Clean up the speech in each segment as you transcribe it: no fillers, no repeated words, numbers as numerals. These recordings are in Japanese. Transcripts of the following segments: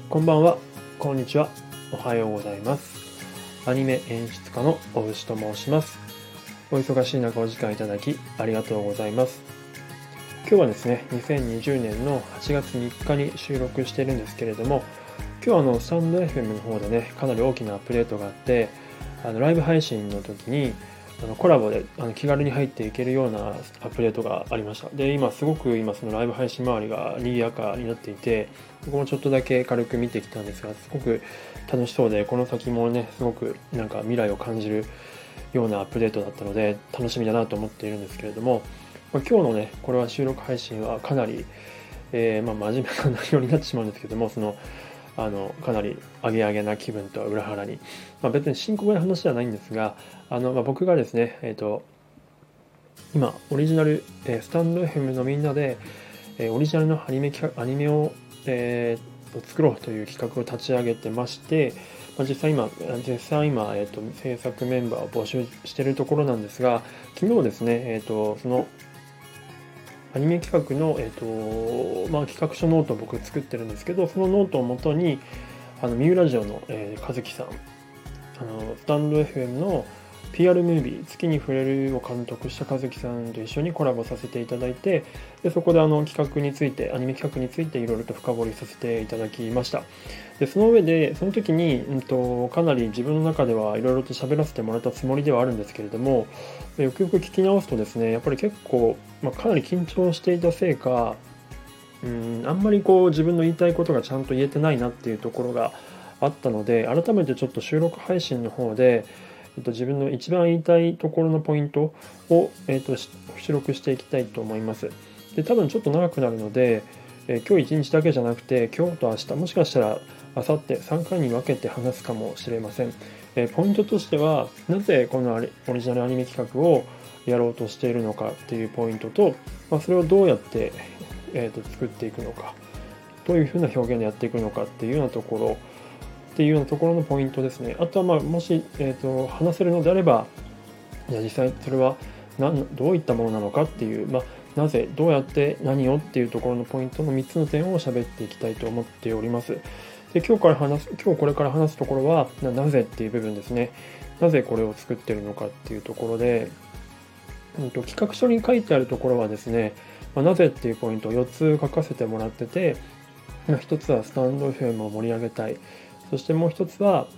こんばんは、こんにちは、おはようございます。アニメ演出家の大牛と申します。お忙しい中お時間いただきありがとうございます。今日はですね、2020年の8月3日に収録しているんですけれども、今日はスタンド FM の方でね、かなり大きなアップデートがあって、ライブ配信の時にコラボで気軽に入っていけるようなアップデートがありました。で、すごくそのライブ配信周りが賑やかになっていて、僕もちょっとだけ軽く見てきたんですが、すごく楽しそうで、この先もね、すごく未来を感じるようなアップデートだったので、楽しみだなと思っているんですけれども、今日のね、これは収録配信はかなり、真面目な内容になってしまうんですけども、かなりアゲアゲな気分とは裏腹に、別に深刻な話ではないんですが、僕がですね、今オリジナル、スタンド FM のみんなで、オリジナルのアニメを、作ろうという企画を立ち上げてまして、実際今、制作メンバーを募集しているところなんですが、昨日ですね、そのアニメ企画の、企画書ノートを僕作ってるんですけど、そのノートをもとにミューラジオの、和樹さん、スタンド FM の PR ムービー月に触れるを監督した和樹さんと一緒にコラボさせていただいて、でそこで企画についてアニメ企画についていろいろと深掘りさせていただきました。でその上でその時に、かなり自分の中ではいろいろと喋らせてもらったつもりではあるんですけれども、よくよく聞き直すとですね、やっぱり結構、かなり緊張していたせいか、あんまり自分の言いたいことがちゃんと言えてないなっていうところがあったので、改めてちょっと収録配信の方で、自分の一番言いたいところのポイントを、収録していきたいと思います。で、多分ちょっと長くなるので、今日1日だけじゃなくて、今日と明日、もしかしたら明後日3回に分けて話すかもしれません。ポイントとしては、なぜこのオリジナルアニメ企画をやろうとしているのかっていうポイントと、それをどうやって、作っていくのか、どういうふうな表現でやっていくのかっていうようなところのポイントですね。あとはもし、話せるのであれば、じゃあ実際それはどういったものなのかっていう、なぜどうやって何をっていうところのポイントの3つの点を喋っていきたいと思っております。で今日これから話すところはなぜっていう部分ですね。なぜこれを作ってるのかっていうところで、企画書に書いてあるところはですね、なぜっていうポイントを4つ書かせてもらってて、1つはスタンド FM を盛り上げたい、そしてもう1つは、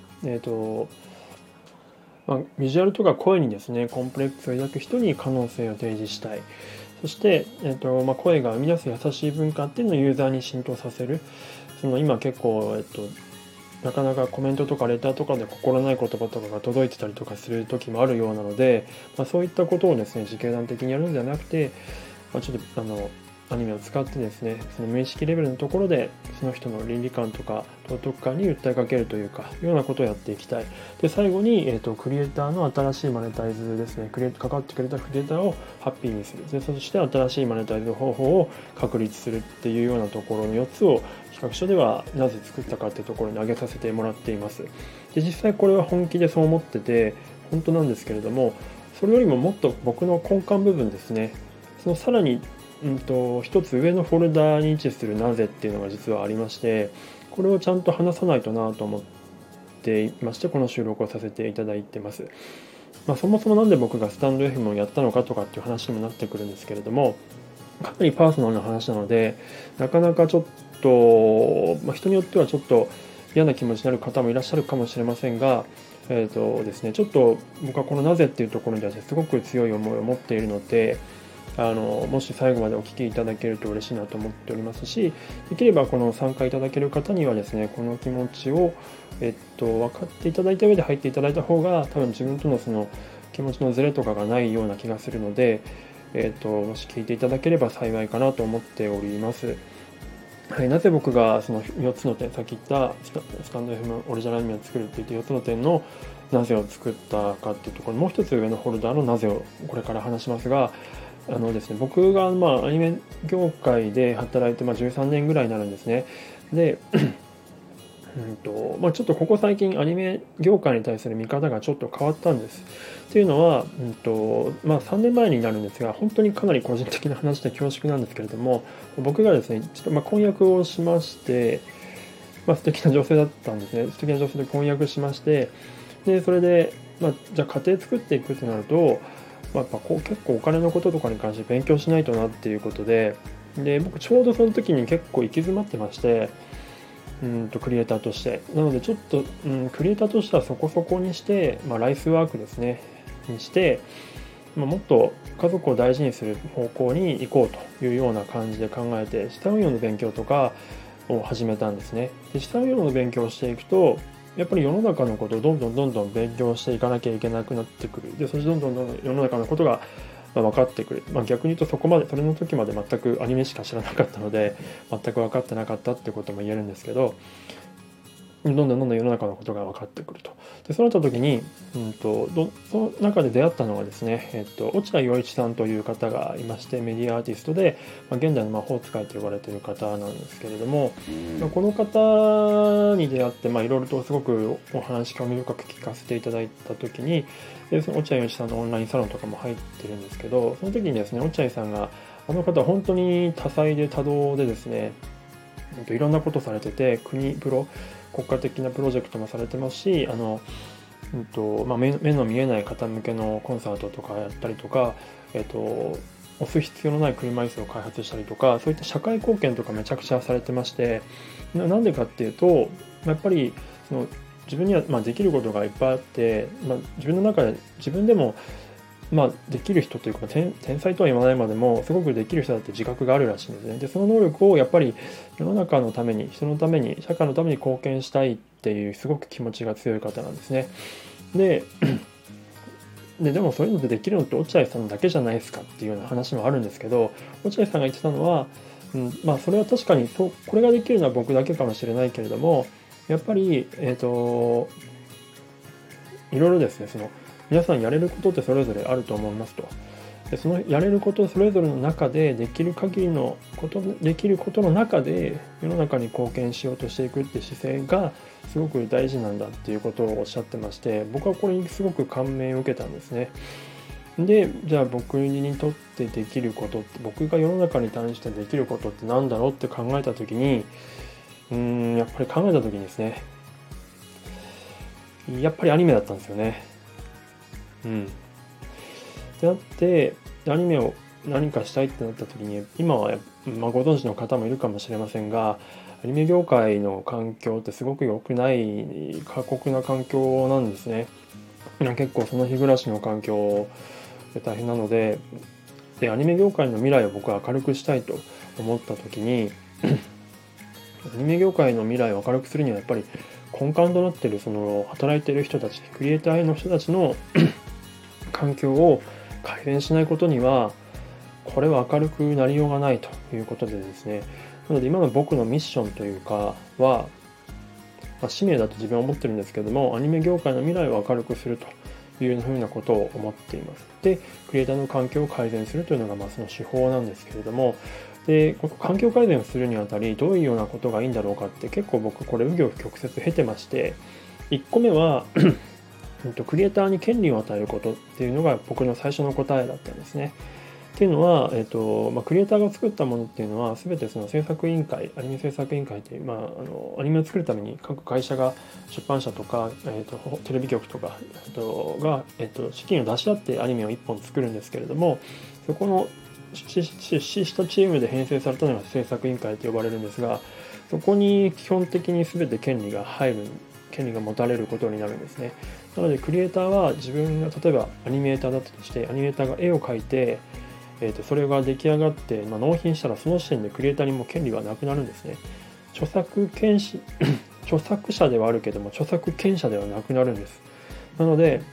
ビジュアルとか声にですねコンプレックスを抱く人に可能性を提示したい、そして、声が生み出す優しい文化っていうのをユーザーに浸透させる。今結構、なかなかコメントとかレターとかで心ない言葉とかが届いてたりとかする時もあるようなので、そういったことをですね自警団的にやるんではなくて、ちょっとアニメを使ってですね、その無意識レベルのところでその人の倫理観とか道徳観に訴えかけるというようなことをやっていきたい。で最後に、クリエイターの新しいマネタイズですね、関わってくれたクリエイターをハッピーにする。でそして新しいマネタイズ方法を確立するっていうようなところの4つを企画書ではなぜ作ったかっていうところに挙げさせてもらっています。で実際これは本気でそう思ってて本当なんですけれども、それよりももっと僕の根幹部分ですね、そのさらに一つ上のフォルダに位置するなぜっていうのが実はありまして、これをちゃんと話さないとなと思っていまして、この収録をさせていただいてます。そもそもなんで僕がスタンド FM をやったのかとかっていう話にもなってくるんですけれども、かなりパーソナルな話なので、なかなかちょっと、人によってはちょっと嫌な気持ちになる方もいらっしゃるかもしれませんが、ですね、ちょっと僕はこのなぜっていうところに対してすごく強い思いを持っているので、もし最後までお聞きいただけると嬉しいなと思っておりますし、できればこの参加いただける方にはですね、この気持ちを、分かっていただいた上で入っていただいた方が多分自分とのその気持ちのズレとかがないような気がするので、もし聞いていただければ幸いかなと思っております。はい、なぜ僕がその4つの点、さっき言ったスタンド FM オリジナルアニメを作るって言って4つの点のなぜを作ったかっていうところ、もう一つ上のフォルダのなぜをこれから話しますが、ですね、僕がアニメ業界で働いて13年ぐらいになるんですね。でちょっとここ最近アニメ業界に対する見方がちょっと変わったんです。っていうのは、3年前になるんですが、本当にかなり個人的な話で恐縮なんですけれども、僕がですねちょっと婚約をしまして、 素敵な女性だったんですね。素敵な女性で婚約しまして、でそれで、じゃあ家庭作っていくってなると、やっぱ結構お金のこととかに関して勉強しないとなっていうことで、僕ちょうどその時に結構行き詰まってまして、クリエイターとして。なのでちょっと、クリエイターとしてはそこそこにして、ライフワークですね、にして、もっと家族を大事にする方向に行こうというような感じで考えて、資産運用の勉強とかを始めたんですね。で資産運用の勉強をしていくと、やっぱり世の中のことをどんどん勉強していかなきゃいけなくなってくる。でそしてどんどん世の中のことが分かってくる。逆に言うとその時まで全くアニメしか知らなかったので、全く分かってなかったってことも言えるんですけど、どんどん世の中のことが分かってくると。でそうなった時に、その中で出会ったのがですね、落合陽一さんという方がいまして、メディアアーティストで、現代の魔法使いと呼ばれている方なんですけれども、この方に出会って、いろいろとすごくお話興味深く聞かせていただいた時に、その落合陽一さんのオンラインサロンとかも入ってるんですけど、その時にですね、落合さんが、あの方は本当に多彩で多動でですね、いろんなことされてて、国家的なプロジェクトもされてますし、目の見えない方向けのコンサートとかやったりとか、押す必要のない車椅子を開発したりとか、そういった社会貢献とかめちゃくちゃされてまして、なんでかっていうと、やっぱりその自分にはできることがいっぱいあって、自分の中で自分でもできる人というか天才とは言わないまでもすごくできる人だって自覚があるらしいんですね。でその能力をやっぱり世の中のために、人のために、社会のために貢献したいっていうすごく気持ちが強い方なんですね。でもそういうのでできるのって落合さんだけじゃないですかっていうような話もあるんですけど、落合さんが言ってたのは、それは確かにこれができるのは僕だけかもしれないけれども、やっぱりいろいろですね、皆さんやれることってそれぞれあると思いますと。でそのやれることそれぞれの中でできる限りのことできることの中で世の中に貢献しようとしていくって姿勢がすごく大事なんだっていうことをおっしゃってまして、僕はこれにすごく感銘を受けたんですね。でじゃあ僕にとってできることって、僕が世の中に対してできることって何だろうって考えた時に、やっぱり考えた時にですね、やっぱりアニメだったんですよね。ってなって、アニメを何かしたいってなった時に、今は、ご存知の方もいるかもしれませんが、アニメ業界の環境ってすごく良くない過酷な環境なんですね。結構その日暮らしの環境大変なので、アニメ業界の未来を僕は明るくしたいと思った時にアニメ業界の未来を明るくするにはやっぱり根幹となっているその働いている人たち、クリエイターの人たちの環境を改善しないことにはこれは明るくなりようがないということでですね、なので今の僕のミッションというかは、使命だと自分は思ってるんですけども、アニメ業界の未来を明るくするというふうなことを思っています。で、クリエイターの環境を改善するというのがその手法なんですけれども、でこの環境改善をするにあたりどういうようなことがいいんだろうかって結構僕これ紆余曲折経てまして、1個目はクリエイターに権利を与えることっていうのが僕の最初の答えだったんですね。っていうのは、クリエイターが作ったものっていうのは全てその制作委員会、アニメ制作委員会っていう、アニメを作るために各会社が、出版社とか、テレビ局とか、が、資金を出し合ってアニメを1本作るんですけれども、そこの出資したチームで編成されたのが制作委員会と呼ばれるんですが、そこに基本的に全て権利が持たれることになるんですね。なのでクリエイターは自分が例えばアニメーターだったとして、アニメーターが絵を描いて、それが出来上がって、納品したらその時点でクリエイターにも権利はなくなるんですね。著作者ではあるけども著作権者ではなくなるんです。なので、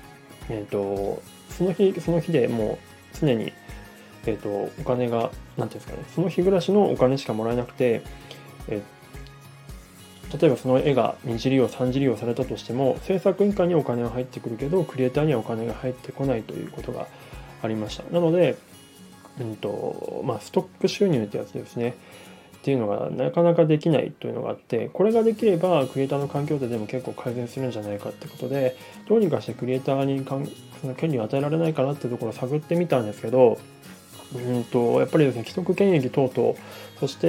その日でもう常に、お金がなんていうんですかね、その日暮らしのお金しかもらえなくて、例えばその絵が2次利用3次利用されたとしても制作委員会にお金は入ってくるけどクリエイターにはお金が入ってこないということがありました。なので、ストック収入ってやつですねっていうのがなかなかできないというのがあって、これができればクリエイターの環境でも結構改善するんじゃないかってことで、どうにかしてクリエイターにその権利を与えられないかなっていうところを探ってみたんですけど、 やっぱりですね、既得権益等々、そして、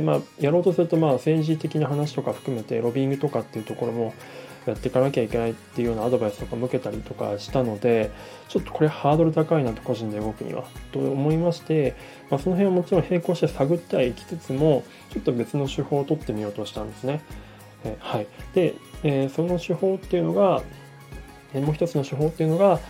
やろうとすると、政治的な話とか含めてロビーングとかっていうところもやっていかなきゃいけないっていうようなアドバイスとか向けたりとかしたので、ちょっとこれハードル高いなと個人で動くにはと思いまして、その辺はもちろん並行して探ってはいきつつも、ちょっと別の手法を取ってみようとしたんですね。はい。で、その手法っていうのが、もう一つの手法っていうのが、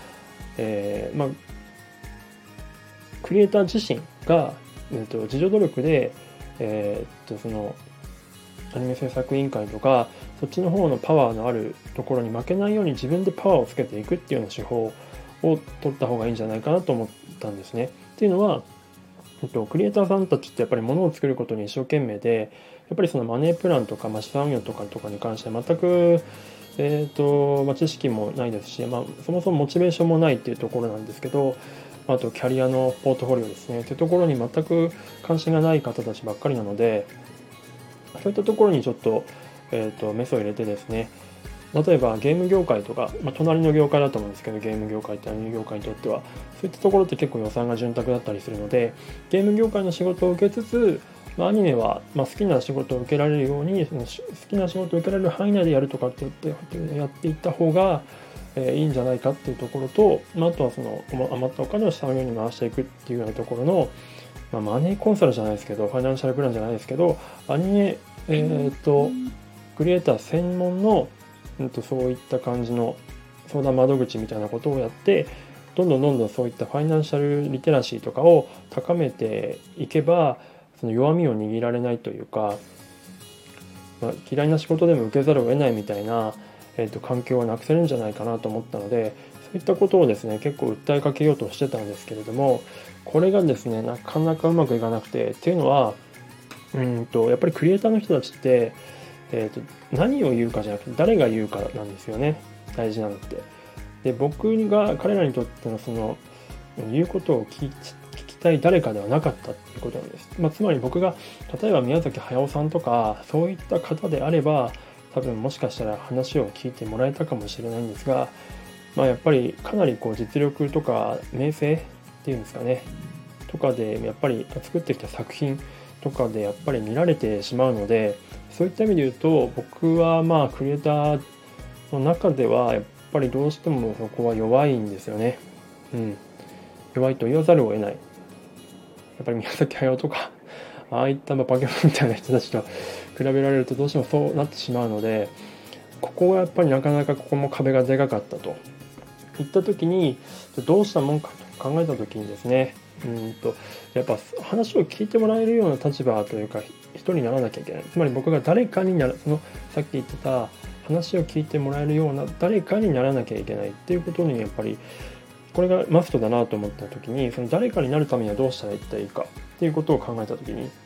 クリエイター自身が、自助努力で、そのアニメ制作委員会とかそっちの方のパワーのあるところに負けないように自分でパワーをつけていくっていうような手法を取った方がいいんじゃないかなと思ったんですね。っていうのは、クリエイターさんたちってやっぱり物を作ることに一生懸命で、やっぱりそのマネープランとか資産運用とかに関して全く知識もないですし、そもそもモチベーションもないっていうところなんですけど、あとキャリアのポートフォリオですねっていうところに全く関心がない方たちばっかりなので、そういったところにちょっと、メスを入れてですね、例えばゲーム業界とか、隣の業界だと思うんですけど、ゲーム業界ってアニメ業界にとってはそういったところって結構予算が潤沢だったりするので、ゲーム業界の仕事を受けつつ、アニメは好きな仕事を受けられるように、好きな仕事を受けられる範囲内でやるとかって言ってやっていった方がいいんじゃないかっていうところと、あとはその余ったお金を資産運用に回していくっていうようなところの、マネーコンサルじゃないですけど、ファイナンシャルプランじゃないですけど、アニメ、クリエイター専門の、そういった感じの相談窓口みたいなことをやって、どんどんそういったファイナンシャルリテラシーとかを高めていけば、その弱みを握られないというか、嫌いな仕事でも受けざるを得ないみたいな、環境をなくせるんじゃないかなと思ったので、そういったことをですね結構訴えかけようとしてたんですけれども、これがですねなかなかうまくいかなくて、っていうのはやっぱりクリエイターの人たちって、何を言うかじゃなくて誰が言うかなんですよね、大事なのって。で、僕が彼らにとってのその言うことを聞きたい誰かではなかったっていうことなんです。つまり僕が例えば宮崎駿さんとかそういった方であれば、多分もしかしたら話を聞いてもらえたかもしれないんですが、やっぱりかなり実力とか名声っていうんですかねとかでやっぱり作ってきた作品とかでやっぱり見られてしまうので、そういった意味で言うと僕はクリエイターの中ではやっぱりどうしてもそこは弱いんですよね。弱いと言わざるを得ない。やっぱり宮崎駿とかああいったバケモンみたいな人たちと比べられるとどうしてもそうなってしまうので、ここはやっぱりなかなかここも壁がでかかったといった時に、どうしたもんかと考えた時にですね、やっぱ話を聞いてもらえるような立場というか人にならなきゃいけない。つまり僕が誰かになる、そのさっき言ってた話を聞いてもらえるような誰かにならなきゃいけないっていうことにやっぱりこれがマストだなと思った時に、その誰かになるためにはどうしたらいいかっていうことを考えた時に、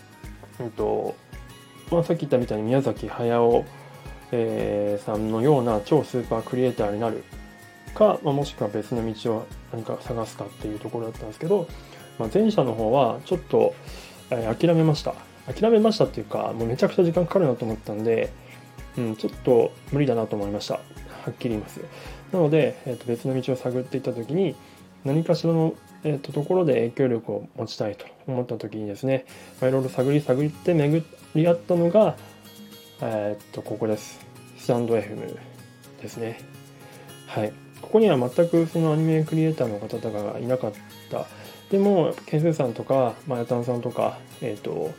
さっき言ったみたいに宮崎駿、さんのような超スーパークリエイターになるか、もしくは別の道を何か探すかっていうところだったんですけど、前者の方はちょっと、諦めましたっていうか、もうめちゃくちゃ時間かかるなと思ったんで、ちょっと無理だなと思いました。はっきり言います。なので、別の道を探っていった時に、何かしらの、ところで影響力を持ちたいと思った時にですね、いろいろ探って巡り合ったのが、ここです。スタンド FM ですね。はい。ここには全くそのアニメクリエイターの方とかがいなかった。でも、ケンスーさんとか、ヤタンさんとか、い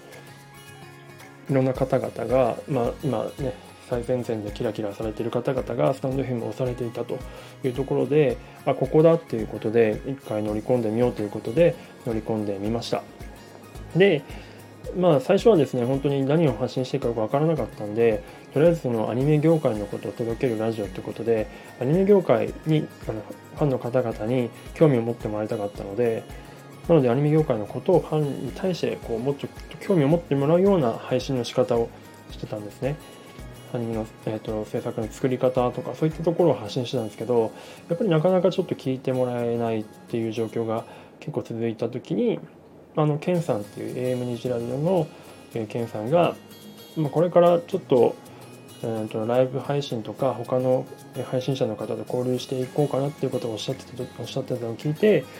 ろんな方々が、今ね、最前線でキラキラされている方々がスタンド FM を押されていたというところで、ここだっていうことで一回乗り込んでみようということで乗り込んでみました。で、最初はですね本当に何を発信していいか分からなかったんで、とりあえずそのアニメ業界のことを届けるラジオということで、アニメ業界にファンの方々に興味を持ってもらいたかったので、なのでアニメ業界のことをファンに対してもっと興味を持ってもらうような配信の仕方をしてたんですね。アニメの、制作の作り方とかそういったところを発信してたんですけど、やっぱりなかなかちょっと聞いてもらえないっていう状況が結構続いた時に、ケンさんっていう AM 虹ラジオの、ケンさんが、これからちょっと、ライブ配信とか他の配信者の方と交流していこうかなっていうことをおっしゃってたのを聞いて、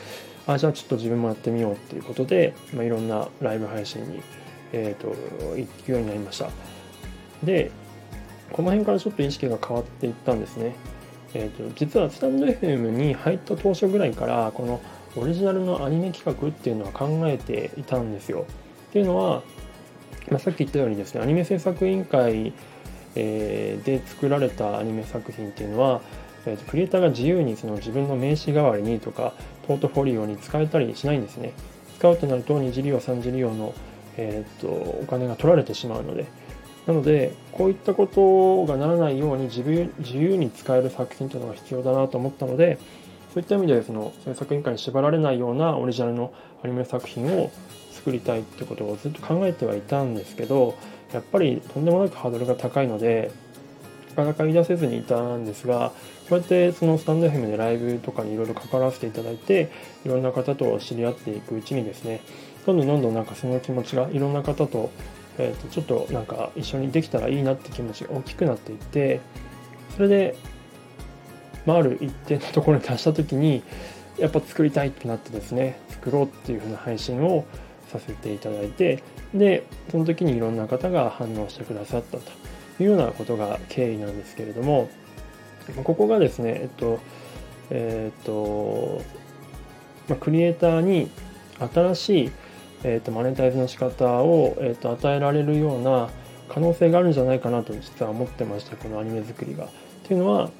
じゃあちょっと自分もやってみようっていうことで、いろんなライブ配信に、行くようになりました。で、この辺からちょっと意識が変わっていったんですね。実はスタンド FM に入った当初ぐらいからこのオリジナルのアニメ企画っていうのは考えていたんですよ。っていうのは、さっき言ったようにですね、アニメ制作委員会、で作られたアニメ作品っていうのは、クリエイターが自由にその自分の名刺代わりにとかポートフォリオに使えたりしないんですね。使うとなると2次利用3次利用の、お金が取られてしまうので、なのでこういったことがならないように自由に使える作品というのが必要だなと思ったので、そういった意味でその制作委員会に縛られないようなオリジナルのアニメ作品を作りたいってことをずっと考えてはいたんですけど、やっぱりとんでもなくハードルが高いのでなかなか言い出せずにいたんですが、こうやってそのスタンド FM でライブとかにいろいろ関わらせていただいて、いろんな方と知り合っていくうちにですね、どんどんなんかその気持ちがいろんな方と、ちょっとなんか一緒にできたらいいなって気持ちが大きくなっていって、それで、ある一定のところに達した時にやっぱ作りたいってなってですね、作ろうっていう風な配信をさせていただいて、でその時にいろんな方が反応してくださったというようなことが経緯なんですけれども、ここがですね、クリエイターに新しい、マネタイズの仕方を、与えられるような可能性があるんじゃないかなと実は思ってました。このアニメ作りがっていうのは、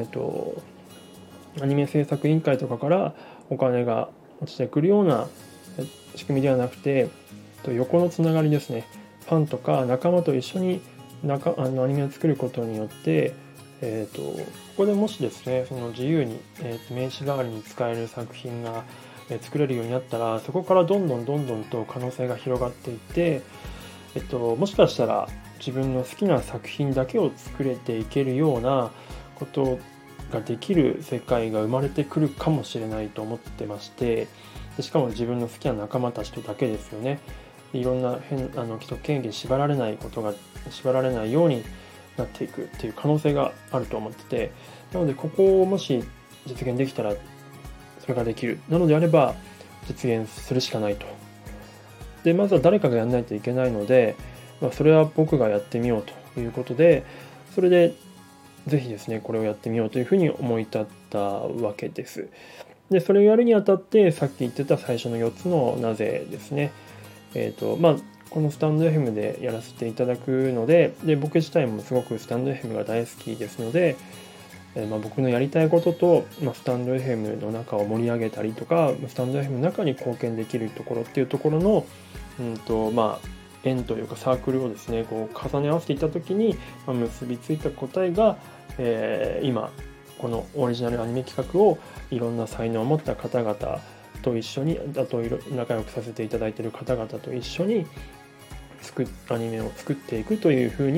アニメ制作委員会とかからお金が落ちてくるような仕組みではなくて、横のつながりですね。ファンとか仲間と一緒にアニメを作ることによって、ここでもしですね、その自由に、名刺代わりに使える作品が、作れるようになったら、そこからどんどんと可能性が広がっていって、もしかしたら自分の好きな作品だけを作れていけるようなことができる世界が生まれてくるかもしれないと思ってまして、でしかも自分の好きな仲間たちとだけですよね。いろんな既得権益に縛られないようになっていくっていう可能性があると思ってて、なのでここをもし実現できたらそれができるなのであれば実現するしかないと。でまずは誰かがやらないといけないので、それは僕がやってみようということで、それでぜひですねこれをやってみようというふうに思い立ったわけです。でそれをやるにあたってさっき言ってた最初の4つのなぜですね、このスタンド FM でやらせていただくので、僕自体もすごくスタンド FM が大好きですので、僕のやりたいことと、スタンド FM の中を盛り上げたりとか、スタンド FM の中に貢献できるところっていうところの、縁というかサークルをですねこう重ね合わせていった時に、結びついた答えが、今このオリジナルアニメ企画をいろんな才能を持った方々と一緒に、あと仲良くさせていただいている方々と一緒にアニメを作っていくというふうに、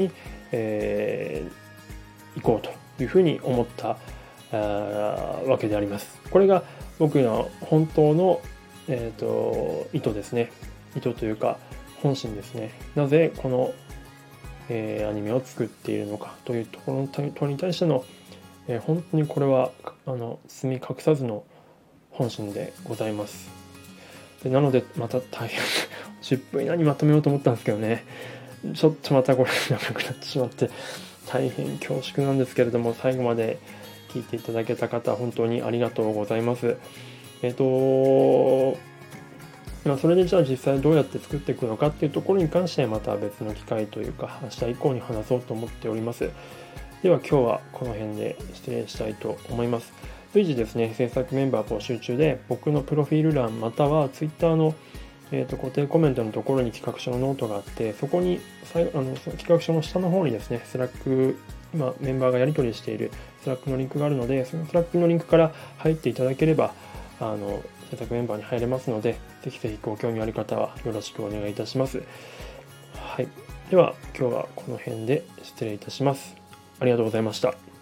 いこうというふうに思ったわけであります。これが僕の本当の、意図ですね。意図というか本心ですね。なぜこの、アニメを作っているのかというところに対しての、本当にこれは包み隠さずの本心でございます。でなのでまた大変10分以内にまとめようと思ったんですけどね、ちょっとまたこれ長くなってしまって大変恐縮なんですけれども、最後まで聞いていただけた方本当にありがとうございます。それでじゃあ実際どうやって作っていくのかっていうところに関してまた別の機会というか明日以降に話そうと思っております。では今日はこの辺で失礼したいと思います。随時ですね制作メンバー募集中で、僕のプロフィール欄または Twitter の、固定コメントのところに企画書のノートがあって、そこにその企画書の下の方にですねスラック、今メンバーがやり取りしているスラックのリンクがあるので、そのスラックのリンクから入っていただければ制作メンバーに入れますので、ぜひぜひご興味ある方はよろしくお願いいたします。はい、では今日はこの辺で失礼いたします。ありがとうございました。